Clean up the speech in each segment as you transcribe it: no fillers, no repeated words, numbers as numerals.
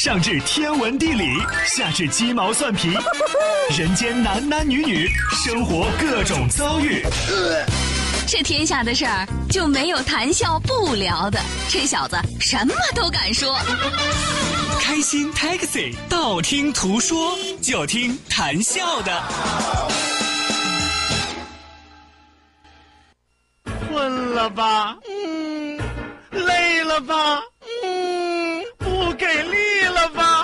上至天文地理，下至鸡毛蒜皮，人间男男女女，生活各种遭遇。 这天下的事儿就没有谈笑不聊的，这小子什么都敢说。 开心 Taxi， 道听途说，就听谈笑的。 困了吧？累了吧？不给力了吧？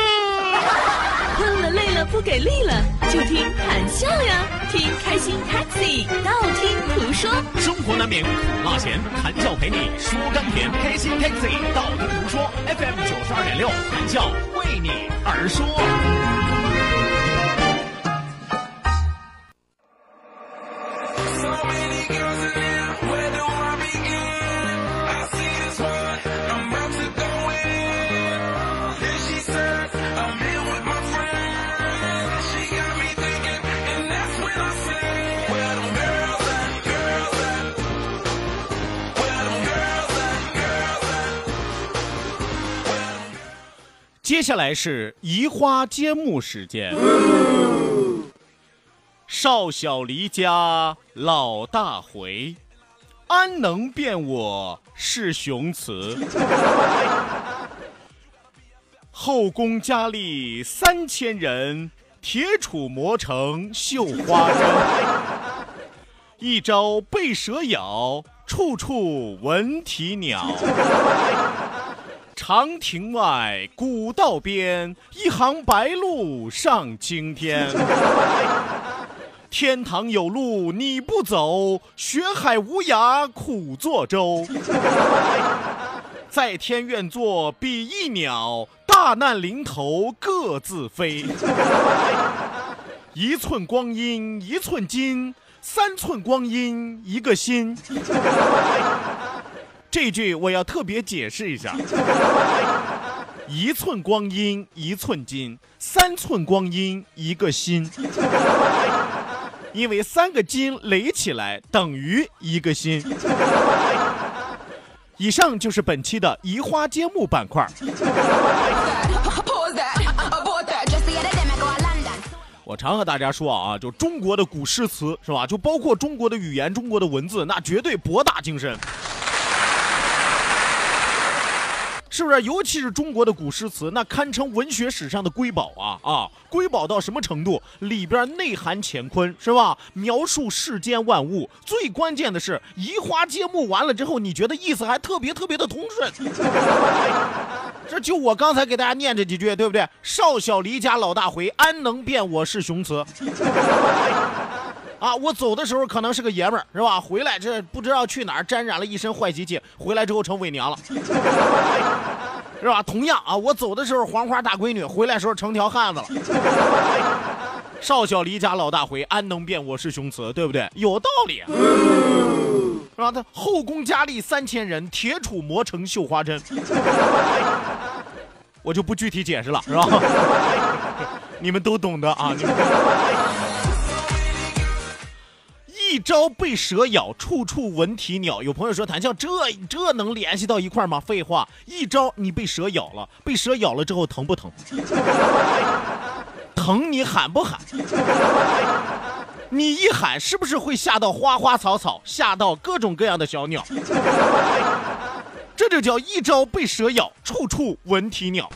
困了累了不给力了，就听谈笑呀，听开心 Taxi， 道听途说。 生活难免苦辣咸，谈笑陪你说甘甜。开心 Taxi， 道听途说 FM 92.6，谈笑为你而说。接下来是移花接木时间。少小离家老大回，安能辨我是雄雌？后宫佳丽3000人，铁杵磨成绣花针。一朝被蛇咬，处处闻啼鸟。长亭外，古道边，一行白鹭上青天。天堂有路你不走，学海无涯苦作舟。在天愿作比翼鸟，大难临头各自飞。1寸光阴1寸金，3寸光阴1个心。这句我要特别解释一下，1寸光阴1寸金，3寸光阴1个心，因为3个金垒起来等于1个心。以上就是本期的移花接木板块。我常和大家说啊，就中国的古诗词是吧，就包括中国的语言、中国的文字，那绝对博大精深。是不是？尤其是中国的古诗词，那堪称文学史上的瑰宝啊！瑰宝到什么程度？里边内涵乾坤，是吧？描述世间万物。最关键的是，移花接木完了之后，你觉得意思还特别的通顺。这就我刚才给大家念这几句，对不对？少小离家老大回，安能辨我是雄雌？啊，我走的时候可能是个爷们儿，是吧？回来这不知道去哪儿沾染了一身坏习气，回来之后成伪娘了，是吧？同样啊，我走的时候黄花大闺女，回来时候成条汉子了。少小离家老大回，安能辨我是雄雌，对不对？有道理啊，是吧？他后宫佳丽3000人，铁杵磨成绣花针。我就不具体解释了，是吧？你们都懂得啊，你们。一朝被蛇咬，处处闻啼鸟。有朋友说谈笑，这能联系到一块吗？废话，一朝你被蛇咬了，被蛇咬了之后疼不疼？疼你喊不喊？你一喊是不是会吓到花花草草，吓到各种各样的小鸟？这就叫一朝被蛇咬，处处闻啼鸟。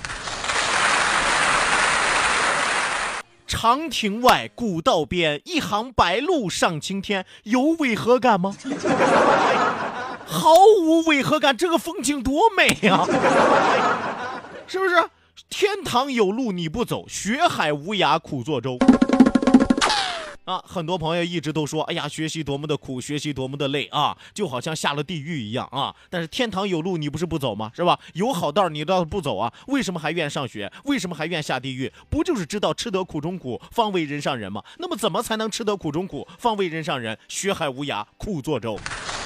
长亭外，古道边，一行白鹭上青天。有违和感吗？毫无违和感，这个风景多美呀！是不是？天堂有路你不走，学海无涯苦作舟。啊，很多朋友一直都说，哎呀，学习多么的苦，学习多么的累啊，就好像下了地狱一样啊。但是天堂有路你不是不走吗？是吧？有好道你倒是不走啊，为什么还愿上学？为什么还愿下地狱？不就是知道吃得苦中苦，方为人上人吗？那么怎么才能吃得苦中苦，方为人上人？学海无涯苦作舟。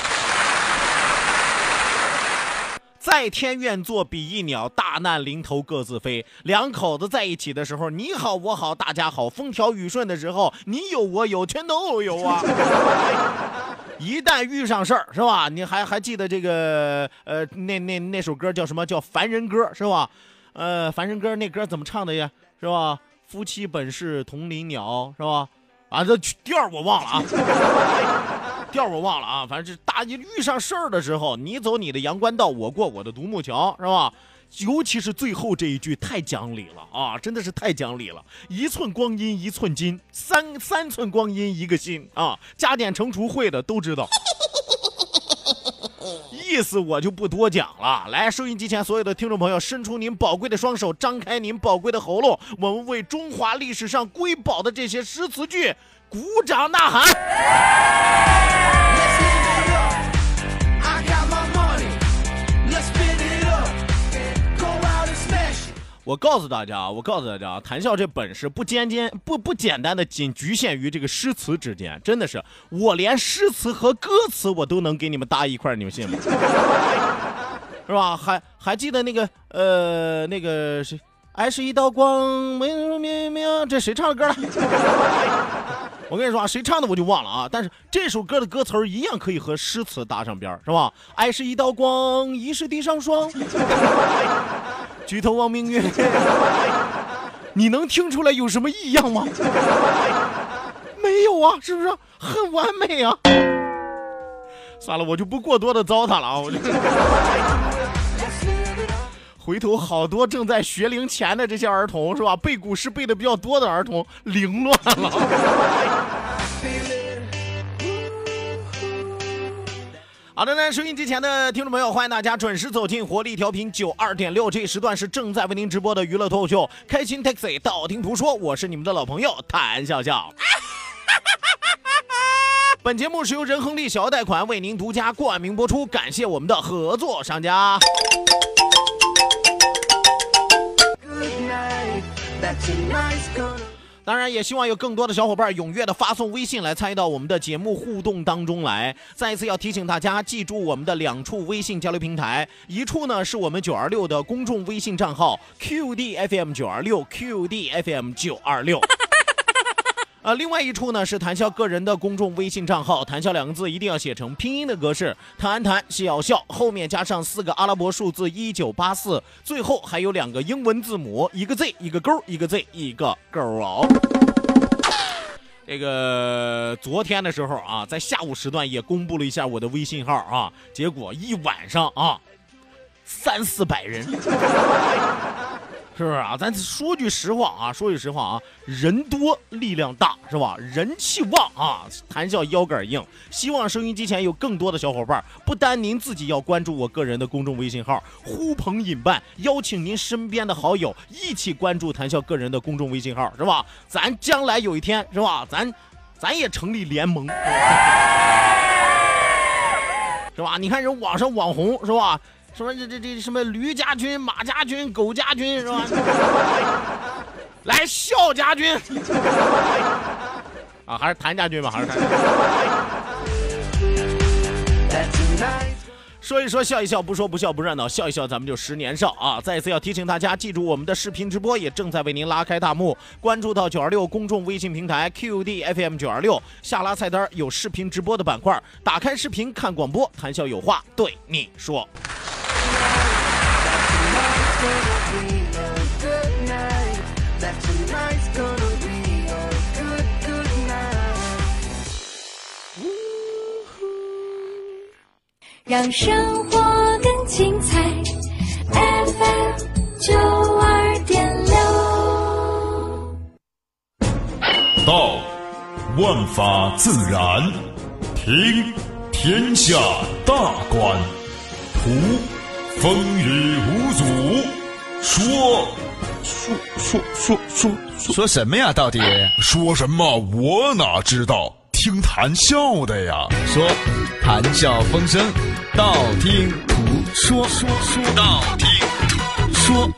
在天愿作比翼鸟，大难临头各自飞。两口子在一起的时候，你好我好大家好，风调雨顺的时候，你有我有，全都有啊。一旦遇上事儿，是吧？你还记得这个那首歌叫什么？叫凡人歌，是吧？ 凡人歌那歌怎么唱的呀？是吧？夫妻本是同林鸟，是吧？啊，这调我忘了啊，调我忘了啊。反正这大一遇上事儿的时候，你走你的阳关道，我过我的独木桥，是吧？尤其是最后这一句太讲理了啊，真的是太讲理了。一寸光阴一寸金，三寸光阴一个心啊。加减乘除会的都知道。意思我就不多讲了。来，收音机前所有的听众朋友，伸出您宝贵的双手，张开您宝贵的喉咙，我们为中华历史上瑰宝的这些诗词句鼓掌呐喊。我告诉大家，谈笑这本事不简单的仅局限于这个诗词之间，真的是我连诗词和歌词我都能给你们搭一块，你们信吗？是吧？还记得那个谁，爱是一道光，没，这谁唱的歌了？我跟你说啊，谁唱的我就忘了啊，但是这首歌的歌词一样可以和诗词搭上边，是吧？爱是一道光，疑是地上霜。举头望明月，你能听出来有什么异样吗？没有啊，是不是很完美啊？算了，我就不过多的糟蹋了啊！我就回头好多正在学龄前的这些儿童，是吧？背古诗背的比较多的儿童凌乱了。好的呢，收音机前的听众朋友，欢迎大家准时走进活力调频92.6，这时段是正在为您直播的娱乐脱口秀开心 Taxi 道听途说，我是你们的老朋友谭笑笑。本节目是由仁恒利小额贷款为您独家冠名播出，感谢我们的合作商家。当然也希望有更多的小伙伴踊跃的发送微信来参与到我们的节目互动当中来。再一次要提醒大家记住我们的2处微信交流平台，一处呢是我们926的公众微信账号 QDFM926 QDFM926 另外一处呢是谈笑个人的公众微信账号，谈笑2个字一定要写成拼音的格式，谈笑笑后面加上4个阿拉伯数字1984，最后还有2个英文字母，一个 Z 一个勾，一个 Z 一个勾哦。这个昨天的时候啊，在下午时段也公布了一下我的微信号啊，结果一晚上啊300-400人。是不是啊？咱说句实话啊，人多力量大，是吧？人气旺啊，谈笑腰杆硬。希望收音机前有更多的小伙伴，不单您自己要关注我个人的公众微信号，呼朋引伴，邀请您身边的好友一起关注谈笑个人的公众微信号，是吧？咱将来有一天，是吧？咱也成立联盟，是吧？你看人网上网红，是吧？什么这什么驴家军、马家军、狗家军，是吧？来笑家军啊，还是谭家军吧，还是谭家军。说一说笑一笑，不说不笑不热闹，笑一笑咱们就10年少啊！再一次要提醒大家，记住我们的视频直播也正在为您拉开大幕，关注到926公众微信平台 QDFM926，下拉菜单有视频直播的板块，打开视频看广播，谈笑有话对你说。 让生活更精彩 FM92.6。 道，万法自然；听，天下大观；图，风雨无阻； 说什么呀？到底说什么？我哪知道？听谈笑的呀。 说谈笑风生，道听途说，道听途说。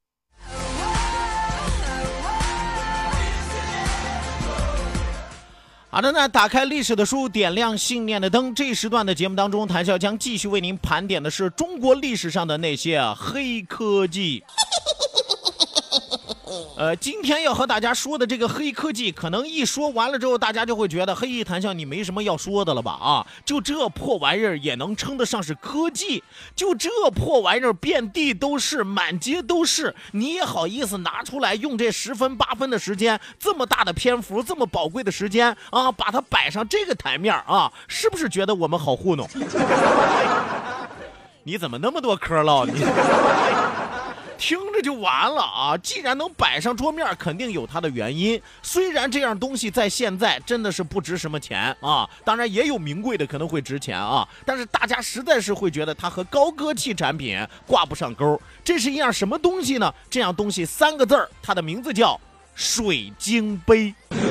好的呢，打开历史的书，点亮信念的灯。这时段的节目当中，谈笑将继续为您盘点的是中国历史上的那些黑科技。 今天要和大家说的这个黑科技，可能一说完了之后，大家就会觉得嘿，谈笑你没什么要说的了吧？啊，就这破玩意儿也能称得上是科技？就这破玩意儿遍地都是，满街都是，你也好意思拿出来用这10分8分的时间，这么大的篇幅，这么宝贵的时间啊，把它摆上这个台面啊，是不是觉得我们好糊弄？你怎么那么多嗑唠？你听着就完了啊！既然能摆上桌面，肯定有它的原因。虽然这样东西在现在真的是不值什么钱啊，当然也有名贵的可能会值钱啊，但是大家实在是会觉得它和高科技产品挂不上钩。这是一样什么东西呢？这样东西3个字儿，它的名字叫水晶杯。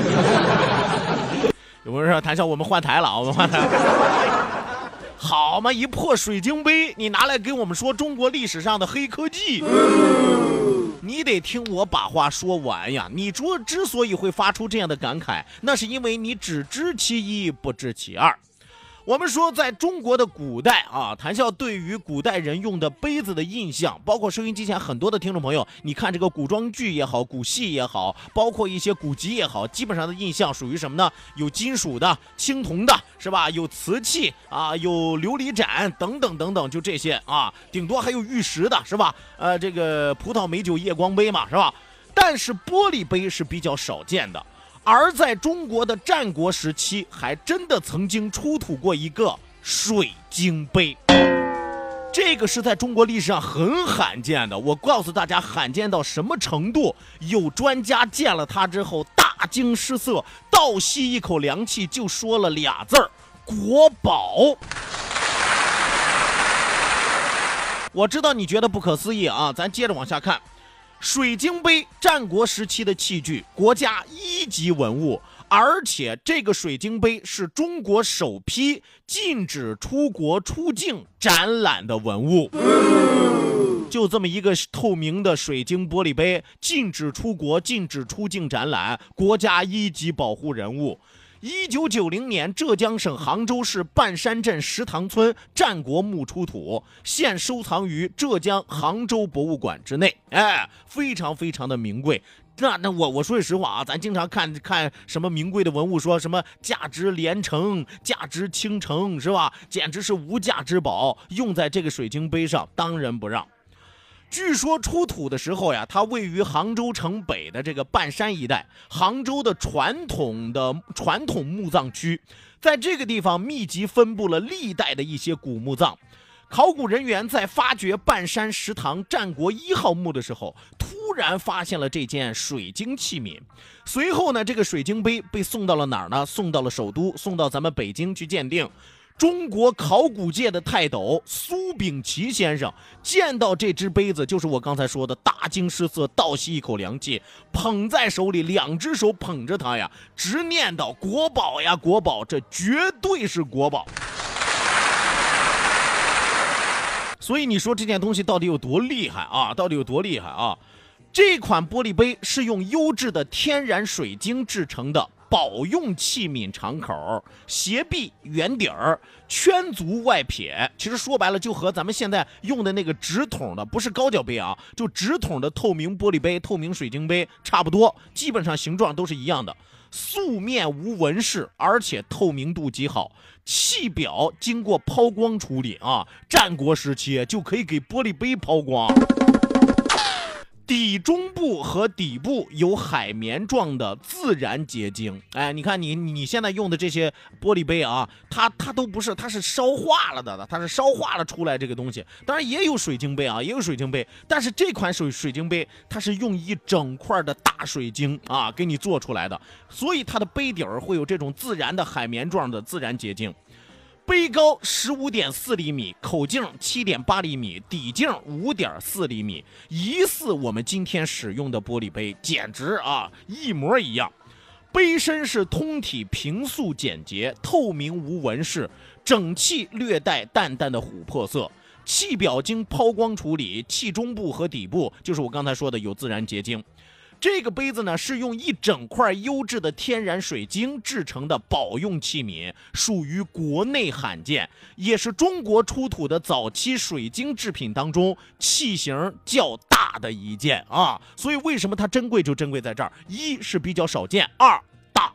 有人说谈笑，我们换台了，我们换台了。好嘛，一破水晶杯，你拿来给我们说中国历史上的黑科技，你得听我把话说完呀。你说之所以会发出这样的感慨，那是因为你只知其一，不知其二。我们说，在中国的古代啊，谈笑对于古代人用的杯子的印象，包括收音机前很多的听众朋友，你看这个古装剧也好，古戏也好，包括一些古籍也好，基本上的印象属于什么呢？有金属的、青铜的，是吧？有瓷器啊，有琉璃盏等等等等，就这些啊，顶多还有玉石的，是吧？这个葡萄美酒夜光杯嘛，是吧？但是玻璃杯是比较少见的。而在中国的战国时期，还真的曾经出土过一个水晶杯，这个是在中国历史上很罕见的。我告诉大家，罕见到什么程度？有专家见了它之后大惊失色，倒吸一口凉气，就说了俩字儿：国宝。我知道你觉得不可思议啊，咱接着往下看。水晶杯，战国时期的器具，国家1级文物，而且这个水晶杯是中国首批禁止出国出境展览的文物。就这么一个透明的水晶玻璃杯，禁止出国、禁止出境展览，国家1级保护人物。1990年，浙江省杭州市半山镇石塘村战国墓出土，现收藏于浙江杭州博物馆之内。非常非常的名贵。那我说句实话啊，咱经常看什么名贵的文物，说什么价值连城、价值倾城，是吧？简直是无价之宝，用在这个水晶杯上，当仁不让。据说出土的时候呀，它位于杭州城北的这个半山一带，杭州的传统墓葬区，在这个地方密集分布了历代的一些古墓葬。考古人员在发掘半山石塘战国1号墓的时候，突然发现了这件水晶器皿。随后呢，这个水晶杯被送到了哪儿呢？送到了首都，送到咱们北京去鉴定。中国考古界的泰斗苏秉琦先生见到这只杯子，就是我刚才说的，大惊失色，倒吸一口凉气，捧在手里，2只手捧着它呀，直念叨：国宝呀，国宝，这绝对是国宝。所以你说这件东西到底有多厉害啊？到底有多厉害啊？这款玻璃杯是用优质的天然水晶制成的宝用器皿，长口、斜壁、圆底儿、圈足外撇，其实说白了就和咱们现在用的那个直筒的，不是高脚杯啊，就直筒的透明玻璃杯、透明水晶杯差不多，基本上形状都是一样的。素面无纹饰，而且透明度极好，器表经过抛光处理啊，战国时期就可以给玻璃杯抛光。底中部和底部有海绵状的自然结晶。你看你现在用的这些玻璃杯啊，它都不是，它是烧化了的，它是烧化了出来这个东西。当然也有水晶杯啊，也有水晶杯，但是这款水晶杯它是用一整块的大水晶啊给你做出来的，所以它的杯底儿会有这种自然的海绵状的自然结晶。杯高15.4厘米，口径7.8厘米，底径5.4厘米，疑似我们今天使用的玻璃杯，简直啊一模一样。杯身是通体平素简洁，透明无纹饰，整器略带淡淡的琥珀色。器表经抛光处理，器中部和底部就是我刚才说的有自然结晶。 这个杯子呢是用一整块优质的天然水晶制成的保用器皿，属于国内罕见，也是中国出土的早期水晶制品当中器型较大的一件啊。所以为什么它珍贵就珍贵在这儿，一是比较少见，二大。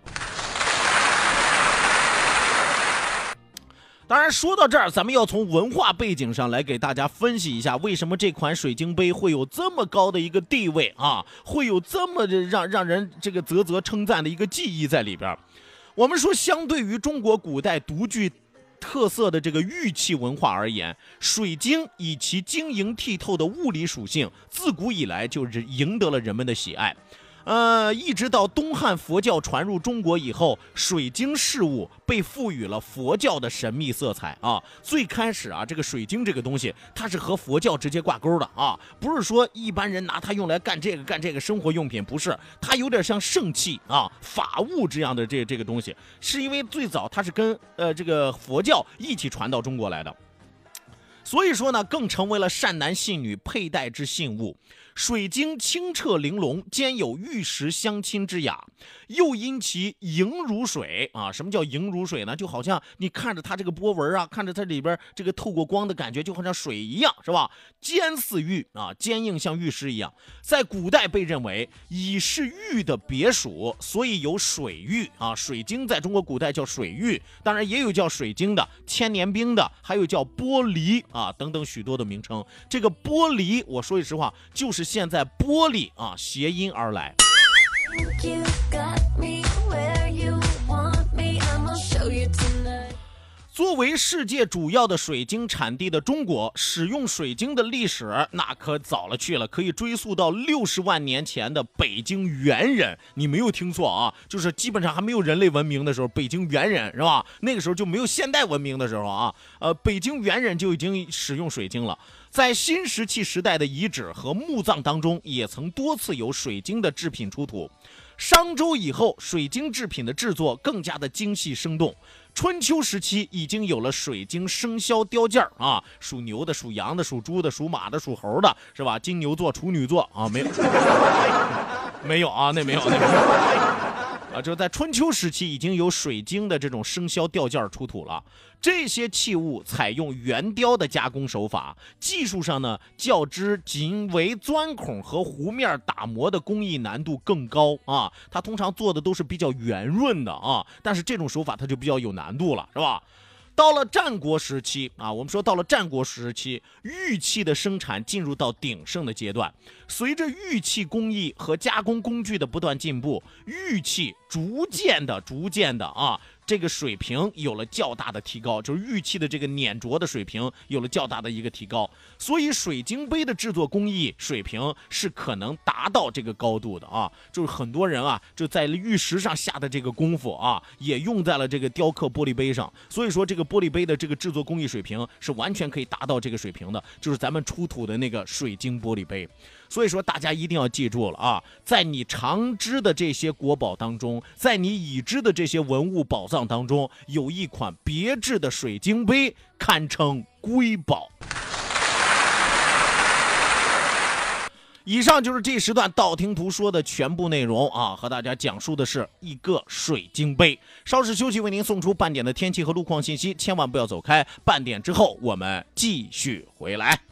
当然说到这儿，咱们要从文化背景上来给大家分析一下，为什么这款水晶杯会有这么高的一个地位啊，会有这么让人这个啧啧称赞的一个技艺在里边。我们说，相对于中国古代独具特色的这个玉器文化而言，水晶以其晶莹剔透的物理属性，自古以来就是赢得了人们的喜爱。一直到东汉佛教传入中国以后，水晶饰物被赋予了佛教的神秘色彩啊。最开始啊，这个水晶这个东西，它是和佛教直接挂钩的啊，不是说一般人拿它用来干这个生活用品，不是，它有点像圣器啊、法物这样的这个东西，是因为最早它是跟这个佛教一起传到中国来的。所以说呢，更成为了善男信女佩戴之信物。水晶清澈玲珑，兼有玉石相亲之雅，又因其莹如水啊。什么叫莹如水呢？就好像你看着它这个波纹啊，看着它里边这个透过光的感觉，就好像水一样，是吧？坚似玉啊，坚硬像玉石一样。在古代被认为已是玉的别属，所以有水玉啊。水晶在中国古代叫水玉，当然也有叫水晶的、千年冰的，还有叫玻璃啊等等许多的名称。这个玻璃，我说句实话，就是现在玻璃啊谐音而来。作为世界主要的水晶产地的中国，使用水晶的历史那可早了去了，可以追溯到60万年前的北京猿人。你没有听错啊，就是基本上还没有人类文明的时候，北京猿人是吧？那个时候就没有现代文明的时候啊，北京猿人就已经使用水晶了。在新石器时代的遗址和墓葬当中，也曾多次有水晶的制品出土。商周以后，水晶制品的制作更加的精细生动。春秋时期已经有了水晶生肖雕件啊，属牛的、属羊的、属猪的、属马的、属猴的，是吧？金牛座、处女座啊，没有，没有啊，那没有，啊，就在春秋时期已经有水晶的这种生肖吊件出土了。这些器物采用圆雕的加工手法，技术上呢较之仅为钻孔和弧面打磨的工艺难度更高啊。它通常做的都是比较圆润的啊，但是这种手法它就比较有难度了，是吧？到了战国时期啊，我们说到了战国时期，玉器的生产进入到鼎盛的阶段。随着玉器工艺和加工工具的不断进步，玉器逐渐的啊，这个水平有了较大的提高，就是玉器的这个碾琢的水平有了较大的一个提高。所以水晶杯的制作工艺水平是可能达到这个高度的啊，就是很多人啊就在玉石上下的这个功夫啊，也用在了这个雕刻玻璃杯上。所以说这个玻璃杯的这个制作工艺水平是完全可以达到这个水平的，就是咱们出土的那个水晶玻璃杯。所以说大家一定要记住了啊，在你常知的这些国宝当中，在你已知的这些文物宝藏当中，有一款别致的水晶杯堪称瑰宝。以上就是这时段道听途说的全部内容啊，和大家讲述的是一个水晶杯。稍事休息，为您送出半点的天气和路况信息，千万不要走开，半点之后我们继续回来。